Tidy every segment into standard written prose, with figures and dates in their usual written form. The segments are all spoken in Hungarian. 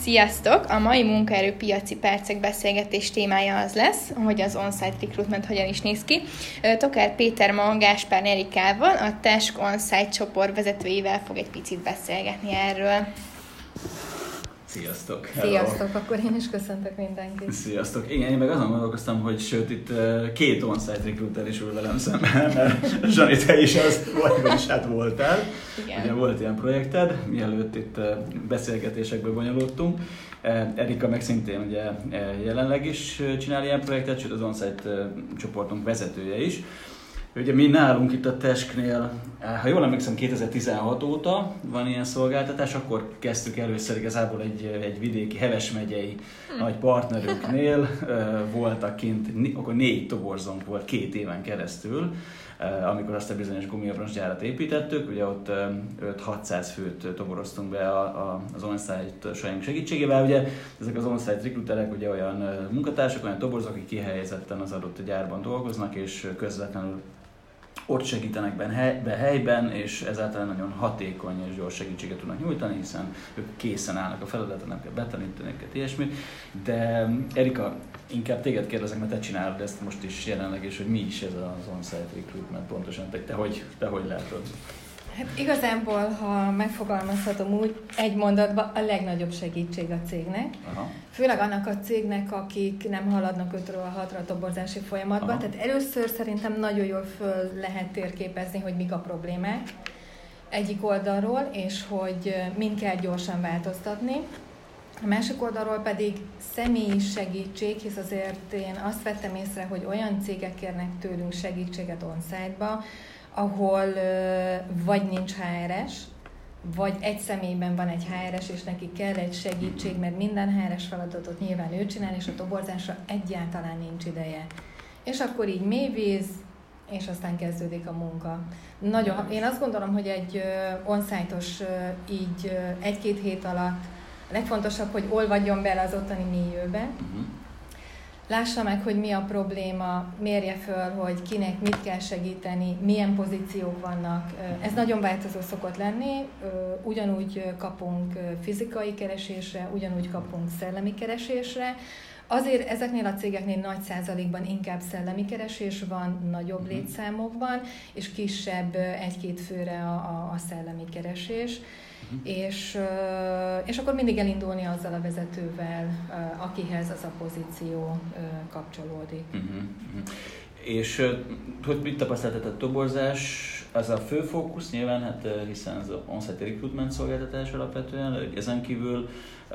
Sziasztok! A mai munkaerőpiaci percek beszélgetés témája az lesz, hogy az on-site recruitment hogyan is néz ki. Tokár Péter ma Gáspár Erikával, a Task On-site csoport vezetőivel fog egy picit beszélgetni erről. Sziasztok! Sziasztok! Akkor én is köszöntök mindenkit. Sziasztok! Igen, én meg azon gondolkoztam, hogy sőt, itt két on-site recruiter is ül velem szemben, mert Zsani, te is az is hát voltál. Igen. Ugye volt ilyen projekted, mielőtt itt beszélgetésekbe bonyolódtunk. Erika meg szintén ugye jelenleg is csinál ilyen projektet, sőt az on-site csoportunk vezetője is. Ugye mi nálunk itt a Tesknél, ha jól emlékszem, 2016 óta van ilyen szolgáltatás, akkor kezdtük először igazából egy vidéki Heves megyei nagy partnerünknél, voltak kint, akkor 4 toborzónk volt 2 éven keresztül, amikor azt a bizonyos gumiabroncsgyárat építettük, ugye ott 5-600 főt toboroztunk be az on-site-saink segítségével. Ugye ezek az on-site recruiterek ugye olyan munkatársak, olyan toborzók, akik kihelyezetten az adott gyárban dolgoznak, és közvetlenül ott segítenek be helyben, és ezáltal nagyon hatékony és gyors segítséget tudnak nyújtani, hiszen ők készen állnak a feladatra, nem kell betanítani őket, ilyesmit. De Erika, inkább téged kérdezek, mert te csinálod ezt most is jelenleg, és hogy mi is ez az on-site recruitment pontosan, te hogy látod? Hát igazából, ha megfogalmazhatom úgy, egy mondatban a legnagyobb segítség a cégnek. Aha. Főleg annak a cégnek, akik nem haladnak 5-ről 6-ra a toborzási folyamatban. Aha. Tehát először szerintem nagyon jól föl lehet térképezni, hogy mik a problémák egyik oldalról, és hogy mind kell gyorsan változtatni. A másik oldalról pedig személyi segítség, hisz azért én azt vettem észre, hogy olyan cégek kérnek tőlünk segítséget on-site-ba, ahol vagy nincs HRS, vagy egy személyben van egy HRS, és neki kell egy segítség, mert minden HRS feladatot nyilván ő csinál, és a toborzásra egyáltalán nincs ideje. És akkor így mélyvíz, és aztán kezdődik a munka. Én azt gondolom, hogy egy on-site-os így 1-2 hét alatt a legfontosabb, hogy olvadjon bele az ottani miliőbe, lássa meg, hogy mi a probléma, mérje föl, hogy kinek mit kell segíteni, milyen pozíciók vannak. Ez nagyon változó szokott lenni, ugyanúgy kapunk fizikai keresésre, ugyanúgy kapunk szellemi keresésre. Azért ezeknél a cégeknél nagy százalékban inkább szellemi keresés van, nagyobb létszámokban, és kisebb 1-2 főre a szellemi keresés. És akkor mindig elindulni azzal a vezetővel, akihez az a pozíció kapcsolódik. És hogy mit tapasztaltad a toborzás? Az a fő fókusz nyilván, hát hiszen az on-site recruitment szolgáltatás alapvetően, ezen kívül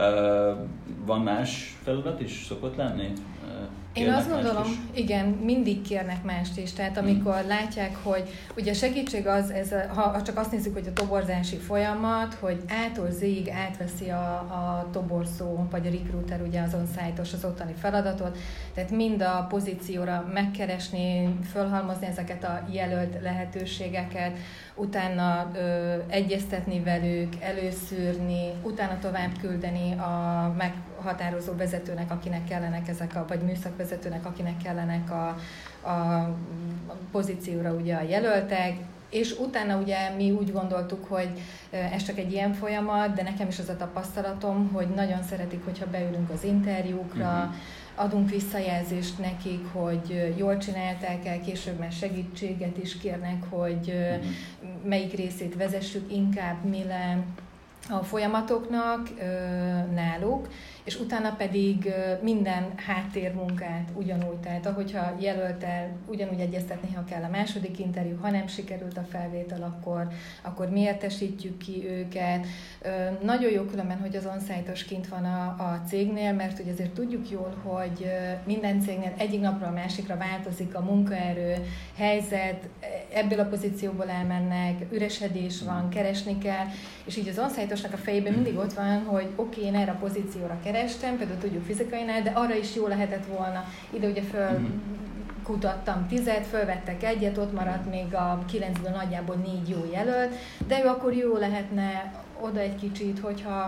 van más felület is, szokott lenni? Én azt gondolom, igen, mindig kérnek mást is. Tehát amikor látják, hogy ugye segítség az, ha csak azt nézzük, hogy a toborzási folyamat, hogy A-tól Z-ig átveszi a toborzó, vagy a recruiter, ugye az on-site-os az ottani feladatot, tehát mind a pozícióra megkeresni, fölhalmozni ezeket a jelölt lehetőségeket, utána egyeztetni velük, előszűrni, utána tovább küldeni a meghatározó vezetőnek, akinek kellenek vagy műszakvezetőnek, akinek kellenek a pozícióra ugye a jelöltek, és utána ugye mi úgy gondoltuk, hogy ez csak egy ilyen folyamat, de nekem is az a tapasztalatom, hogy nagyon szeretik, hogyha beülünk az interjúkra, adunk visszajelzést nekik, hogy jól csinálták el, később már segítséget is kérnek, hogy melyik részét vezessük inkább mi le a folyamatoknak náluk, és utána pedig minden háttérmunkát ugyanúgy, tehát ahogyha jelöltel, ugyanúgy egyeztetni, ha kell a második interjú, ha nem sikerült a felvétel, akkor mi értesítjük ki őket. Nagyon jó különben, hogy az on-site-os kint van a cégnél, mert ugye azért tudjuk jól, hogy minden cégnél egyik napról a másikra változik a munkaerő helyzet, ebből a pozícióból elmennek, üresedés van, keresni kell, és így az on-site-osnak a fejében mindig ott van, hogy oké, én erre a pozícióra kerestem, például tudjuk fizikainál, de arra is jó lehetett volna. Ide ugye kutattam 10-et, fölvettek 1-et, ott maradt még a 9-ből nagyjából 4 jó jelölt, de ő akkor jó lehetne oda egy kicsit, hogyha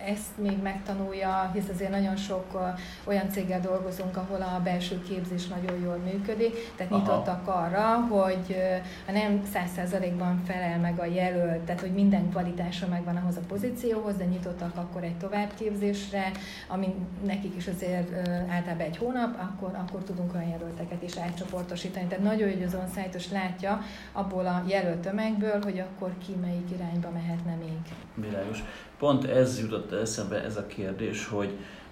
ezt még megtanulja, hisz azért nagyon sok olyan céggel dolgozunk, ahol a belső képzés nagyon jól működik, tehát nyitottak arra, hogy ha nem 100%-ban felel meg a jelölt, tehát hogy minden kvalitása megvan ahhoz a pozícióhoz, de nyitottak akkor egy továbbképzésre, ami nekik is azért általában egy hónap, akkor tudunk olyan jelölteket is átcsoportosítani. Tehát nagyon, hogy az on-site-os látja abból a jelölt tömegből, hogy akkor ki melyik irányba mehetne még. Világos. Pont ez jutott eszembe, ez a kérdés, hogy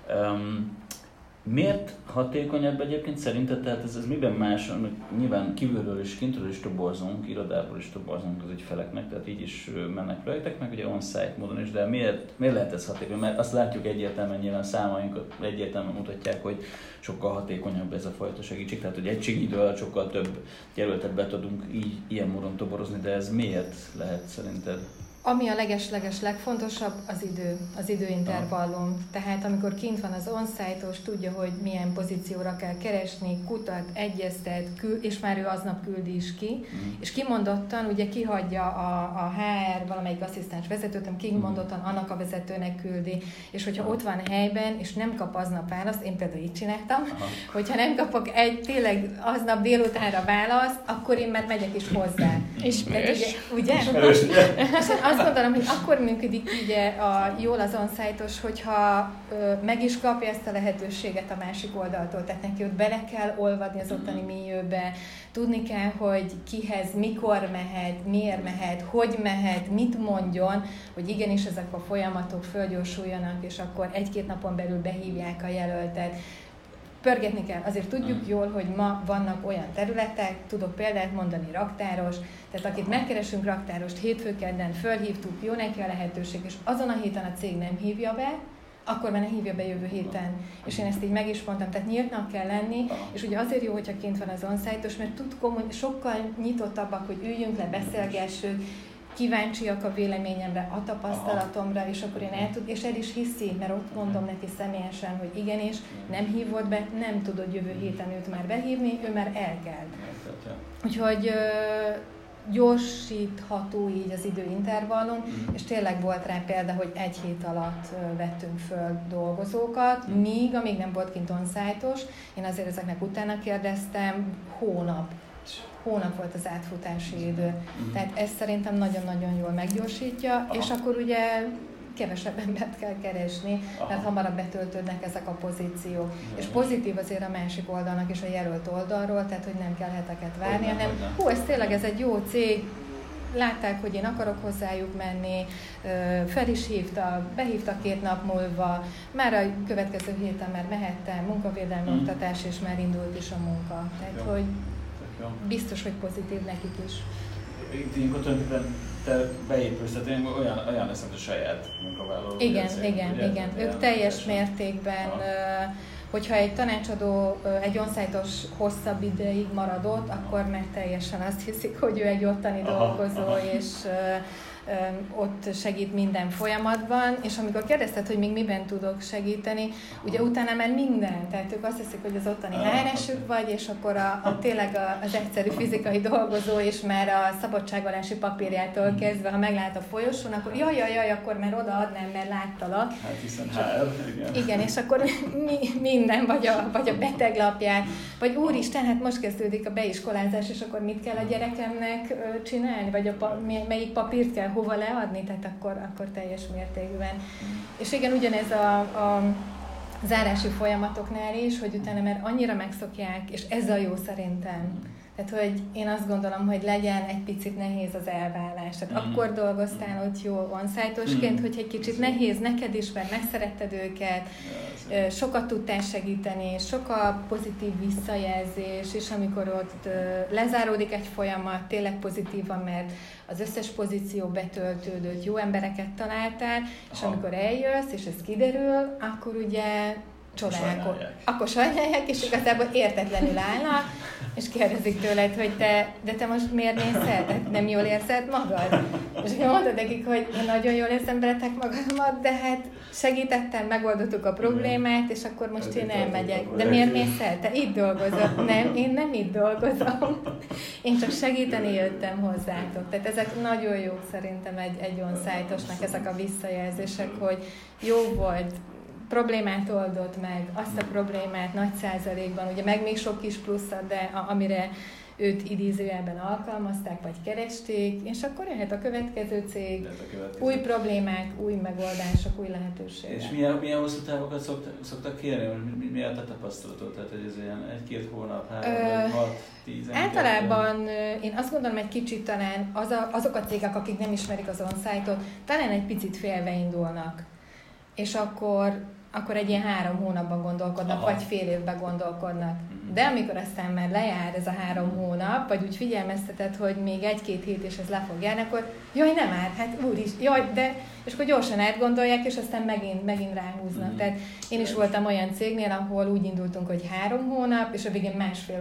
miért hatékonyabb egyébként szerinted, tehát ez miben más, nyilván kívülről és kintről is toborzunk, irodából is toborzunk az ügyfeleknek, tehát így is mennek projektek, meg ugye on-site módon is, de miért lehet ez hatékony? Mert azt látjuk egyértelműen, nyilván számainkat egyértelműen mutatják, hogy sokkal hatékonyabb ez a fajta segítség, tehát hogy egységnyi idő alatt sokkal több jelöltet be tudunk így, ilyen módon toborozni, de ez miért lehet szerinted? Ami a leges legfontosabb, az időintervallum. Tehát amikor kint van az on-site-os, tudja, hogy milyen pozícióra kell keresni, kutat, egyeztet, és már ő aznap küldi is ki. És kimondottan ugye kihagyja a HR, valamelyik asszisztens vezetőt, kimondottan annak a vezetőnek küldi. És hogyha ott van helyben, és nem kap aznap választ, én például így csináltam, hogyha nem kapok tényleg aznap délutánra választ, akkor én már megyek is hozzá. Ismerős. Ugye? Azt gondolom, hogy akkor működik ugye jól az on-site-os, hogyha meg is kapja ezt a lehetőséget a másik oldaltól, tehát neki ott bele kell olvadni az ottani miliőbe, tudni kell, hogy kihez, mikor mehet, miért mehet, hogy mehet, mit mondjon, hogy igenis ezek a folyamatok fölgyorsuljanak, és akkor 1-2 napon belül behívják a jelöltet. Pörgetni kell. Azért tudjuk jól, hogy ma vannak olyan területek, tudok példát mondani, raktáros, tehát akit megkeresünk raktárost, hétfő-kedden fölhívtuk, jó neki a lehetőség, és azon a héten a cég nem hívja be, akkor már ne hívja be jövő héten. És én ezt így meg is mondtam, tehát nyíltnak kell lenni, és ugye azért jó, hogyha kint van az on-site-os, mert sokkal nyitottabbak, hogy üljünk le, beszélgessünk, kíváncsiak a véleményemre, a tapasztalatomra, és akkor én és el is hiszi, mert ott mondom neki személyesen, hogy igenis, nem hívod be, nem tudod jövő héten őt már behívni, ő már elkelt. Úgyhogy gyorsítható így az időintervallum, és tényleg volt rá példa, hogy 1 hét alatt vettünk föl dolgozókat, amíg nem volt kint on-site-os, én azért ezeknek utána kérdeztem, hónap volt az átfutási idő. Tehát ez szerintem nagyon-nagyon jól meggyorsítja, és akkor ugye kevesebb embert kell keresni, tehát hamarabb betöltődnek ezek a pozíciók. És pozitív azért a másik oldalnak és a jelölt oldalról, tehát hogy nem kell heteket várni, hanem ez egy jó cég, látták, hogy én akarok hozzájuk menni, fel is behívta 2 nap múlva, már a következő héten már mehettem, munkavédelmi oktatás, és már indult is a munka. Tehát, hogy biztos, hogy pozitív nekik is. Itt ilyenkor tulajdonképpen te beépülsz, tehát olyan lesz, mint a saját munkavállaló. Igen. Ők teljes mértékben, hogyha egy tanácsadó, egy on-site-os hosszabb ideig maradott, akkor már teljesen azt hiszik, hogy ő egy ottani dolgozó, és ott segít minden folyamatban, és amikor kérdezted, hogy még miben tudok segíteni, ugye utána már minden, tehát ők azt hiszik, hogy az ottani HR-esük vagy, és akkor tényleg az egyszerű fizikai dolgozó, és már a szabadságvalási papírjától kezdve, ha meglát a folyosón, akkor jaj, akkor már odaadnám, mert láttalak. Hát hiszen HR, igen. Igen, és akkor minden, vagy a beteglapját, vagy úristen, hát most kezdődik a beiskolázás, és akkor mit kell a gyerekemnek csinálni, vagy melyik papírt kell hova leadni, tehát akkor teljes mértékben. És igen, ugyanez a zárási folyamatoknál is, hogy utána már annyira megszokják, és ez a jó szerintem. Tehát, hogy én azt gondolom, hogy legyen egy picit nehéz az elvállás. Tehát akkor dolgoztál ott jó on-site-osként, hogy egy kicsit nehéz neked is, mert megszeretted őket, sokat tudtál segíteni, sok a pozitív visszajelzés, és amikor ott lezáródik egy folyamat, tényleg pozitívan, mert az összes pozíció betöltődött, jó embereket találtál, és amikor eljössz, és ez kiderül, akkor ugye csodálkoznak. Akkor sajnálják, és igazából értetlenül állnak, és kérdezik tőled, hogy te most miért mész el? Tehát nem jól érzed magad? És akkor mondod nekik, hogy én nagyon jól érzem veletek magamat, de hát segítettem, megoldottuk a problémát, és akkor most én elmegyek. De miért mész el? Te itt dolgozol. Nem, én nem itt dolgozom. Én csak segíteni jöttem hozzátok. Tehát ezek nagyon jók szerintem egy on-site-osnak ezek a visszajelzések, hogy jó volt, problémát oldott meg, azt a problémát nagy százalékban, ugye meg még sok kis pluszat, de amire őt idézőjelben alkalmazták, vagy keresték, és akkor jöhet a következő cég, új problémák, új megoldások, új lehetőségek. És milyen hosszú távokat szoktak kérni? Mi a te tapasztalatod? Tehát, hogy ez ilyen 1-2 hónap, 3-6-10? Általában én azt gondolom, egy kicsit talán azok a cégek, akik nem ismerik az on-site-ot, talán egy picit félve indulnak. És akkor egy ilyen 3 hónapban gondolkodnak, vagy fél évben gondolkodnak. De amikor aztán már lejár ez a 3 hónap, vagy úgy figyelmezteted, hogy még 1-2 hét és ez le fog járni, akkor jaj, nem áll, hát úris, jaj, de... És akkor gyorsan átgondolják, és aztán megint ráhúznak. Tehát én is voltam olyan cégnél, ahol úgy indultunk, hogy 3 hónap, és a végén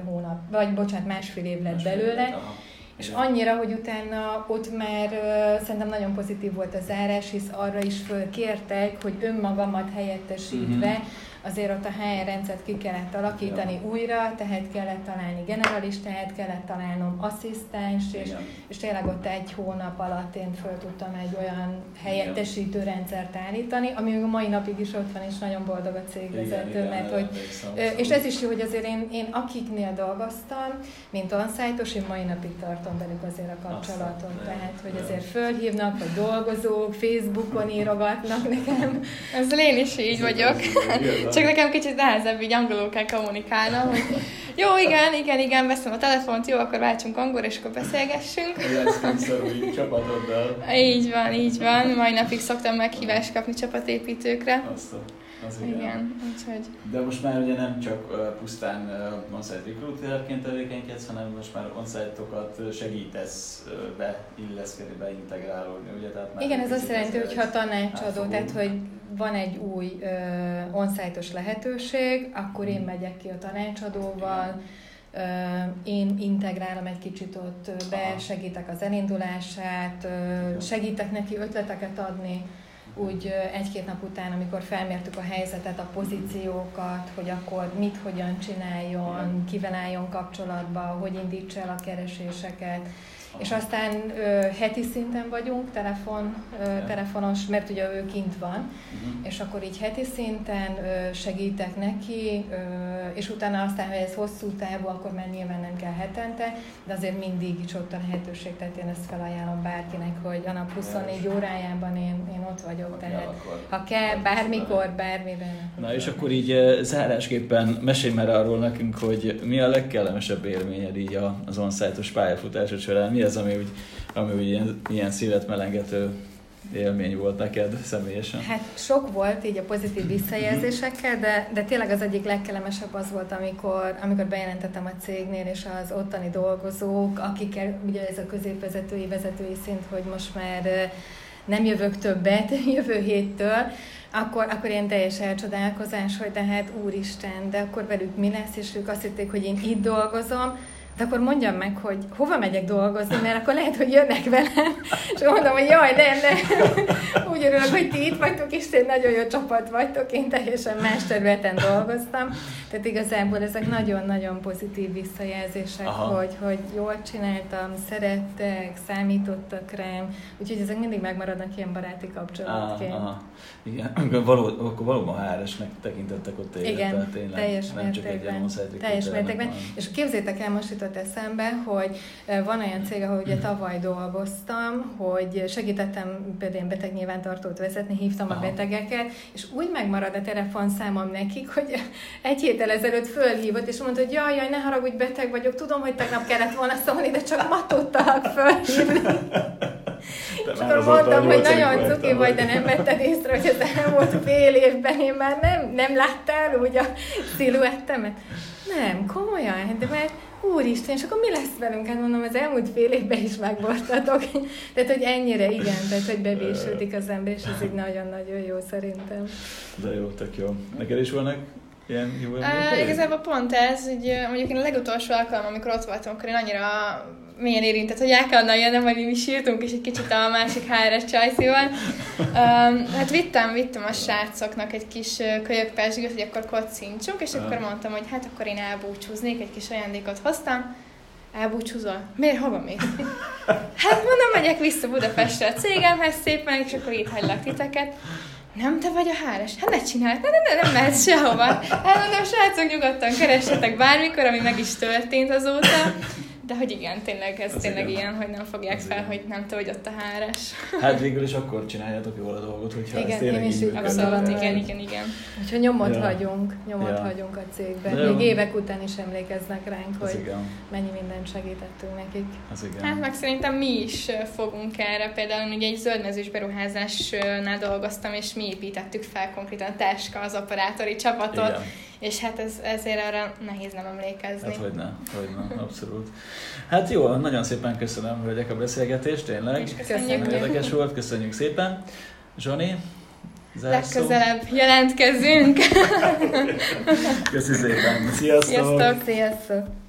másfél év lett belőle. És annyira, hogy utána ott már szerintem nagyon pozitív volt a zárás, hisz arra is fölkértek, hogy önmagamat helyettesítve azért ott a HR rendszert ki kellett alakítani újra, tehát kellett találni generalistát, kellett találnom asszisztenst, és tényleg ott 1 hónap alatt én föl tudtam egy olyan helyettesítő rendszert állítani, ami a mai napig is ott van, és nagyon boldog a cégvezető, mert hogy... És ez is jó, hogy azért én akiknél dolgoztam, mint on-site-os, én mai napig tartom velük azért a kapcsolatot, tehát hogy azért fölhívnak, vagy dolgozók, Facebookon írogatnak nekem. Ezzel én is így vagyok. Csak nekem kicsit nehezebb így angolul kell kommunikálnom, hogy jó, igen, veszem a telefont, jó, akkor váltsunk angolra, és akkor beszélgessünk. Lesz csapatoddal. Így van. Mai napig szoktam meghívást kapni csapatépítőkre. Az igen, úgyhogy... De most már ugye nem csak pusztán on-site recruiterként tevékenykedsz, hanem most már on-site-okat segítesz beilleszkedni, beintegrálódni, ugye? Tehát igen, ez azt jelenti, hogy ha tanácsadó, tehát hogy van egy új on-site-os lehetőség, akkor én megyek ki a tanácsadóval, én integrálom egy kicsit ott be, segítek az elindulását, segítek neki ötleteket adni, úgy 1-2 nap után, amikor felmértük a helyzetet, a pozíciókat, hogy akkor mit, hogyan csináljon, kivel álljon kapcsolatba, hogy indítsa el a kereséseket. És aztán heti szinten vagyunk, telefonos, mert ugye ő kint van, és akkor így heti szinten segítek neki, és utána aztán, ha ez hosszú távú, akkor már nyilván nem kell hetente, de azért mindig is ott a lehetőség, tehát én ezt felajánlom bárkinek, hogy a nap 24 órájában én ott vagyok, tehát ha kell, bármikor, bármiben. Na és akkor így zárásképpen mesélj már arról nekünk, hogy mi a legkellemesebb élményed így az on-site-os pályafutásod során, mi az, ami úgy ilyen szívet melengető élmény volt neked személyesen? Hát sok volt így a pozitív visszajelzésekkel, de tényleg az egyik legkellemesebb az volt, amikor bejelentettem a cégnél, és az ottani dolgozók, akikkel ugye ez a középvezetői szint, hogy most már nem jövök többet jövő héttől, akkor ilyen teljes elcsodálkozás, hogy de hát úristen, de akkor velük mi lesz, és ők azt hitték, hogy én itt dolgozom, de akkor mondjam meg, hogy hova megyek dolgozni, mert akkor lehet, hogy jönnek velem, és mondom, hogy jaj, nem. Úgy örülök, hogy ti itt vagytok, és ti nagyon jó csapat vagytok, én teljesen más területen dolgoztam. Tehát igazából ezek nagyon-nagyon pozitív visszajelzések, hogy jól csináltam, szerettek, számítottak rám, úgyhogy ezek mindig megmaradnak ilyen baráti kapcsolatként. Igen, akkor valóban HR-esnek tekintettek ott téged. Igen, tényleg, teljes mértékben. És képzétek el, most jutott eszembe, hogy van olyan cég, ahol ugye tavaly dolgoztam, hogy segítettem például beteg nyilvántartót vezetni, hívtam a betegeket, és úgy megmarad a telefonszámom nekik, hogy 1 héttel ezelőtt fölhívott, és mondta, hogy jaj, ne haragudj, beteg vagyok, tudom, hogy tegnap kellett volna szólni, de csak ma tudtalak fölhívni. És akkor mondtam, hogy nagyon cuki vagy, de nem vetted észre, hogy az elmúlt fél évben én már nem láttál úgy a sziluettemet. Nem, komolyan, de mert úristen, és akkor mi lesz velünk? Hát mondom, az elmúlt fél évben is megbortatok. Tehát, hogy ennyire igen, tehát, hogy bevésődik az ember, és ez így nagyon-nagyon jó szerintem. De jó, tök jó. Neked is vannak ilyen jó emlékeid? Igazából pont ez, hogy mondjuk én a legutolsó alkalom, amikor ott voltam, akkor én annyira mélyen érintett, hogy el kellene jönnöm, majd mi sírtunk is egy kicsit a másik HR-es csajszival. Hát vittem a srácoknak egy kis kölyökperzsigot, hogy akkor kocincsunk, és akkor mondtam, hogy hát akkor én elbúcsúznék, egy kis ajándékot hoztam. Elbúcsúzol? Miért? Hova még? Hát mondom, megyek vissza Budapestre a cégemhez szépen, és akkor itt hagylak titeket. Nem te vagy a HR-es? Hát ne csináld, nem mehetsz sehova. Hát mondom, srácok, nyugodtan keressetek bármikor, ami meg is történt azóta. De hogy igen, tényleg ez tényleg igen, hogy nem fogják fel, igen, hogy nem te vagy ott a HR-es. Hát végül is akkor csináljátok jól a dolgot, hogyha igen, ez tényleg így működik. Abszolút, igen. Úgyhogy nyomot hagyunk a cégben. Még évek után is emlékeznek ránk, hogy igen, mennyi mindent segítettünk nekik. Hát meg szerintem mi is fogunk erre. Például ugye egy zöldmezős beruházásnál dolgoztam, és mi építettük fel konkrétan a Táska, az operátori csapatot. Igen. És hát ezért arra nehéz nem emlékezni. Hát hogyne, abszolút. Hát jó, nagyon szépen köszönöm, hölgyek, a beszélgetést, tényleg. És köszönjük. Érdekes volt, köszönjük szépen. Zsoni, zárszó. Legközelebb jelentkezünk. Köszi szépen. Sziasztok! Sziasztok!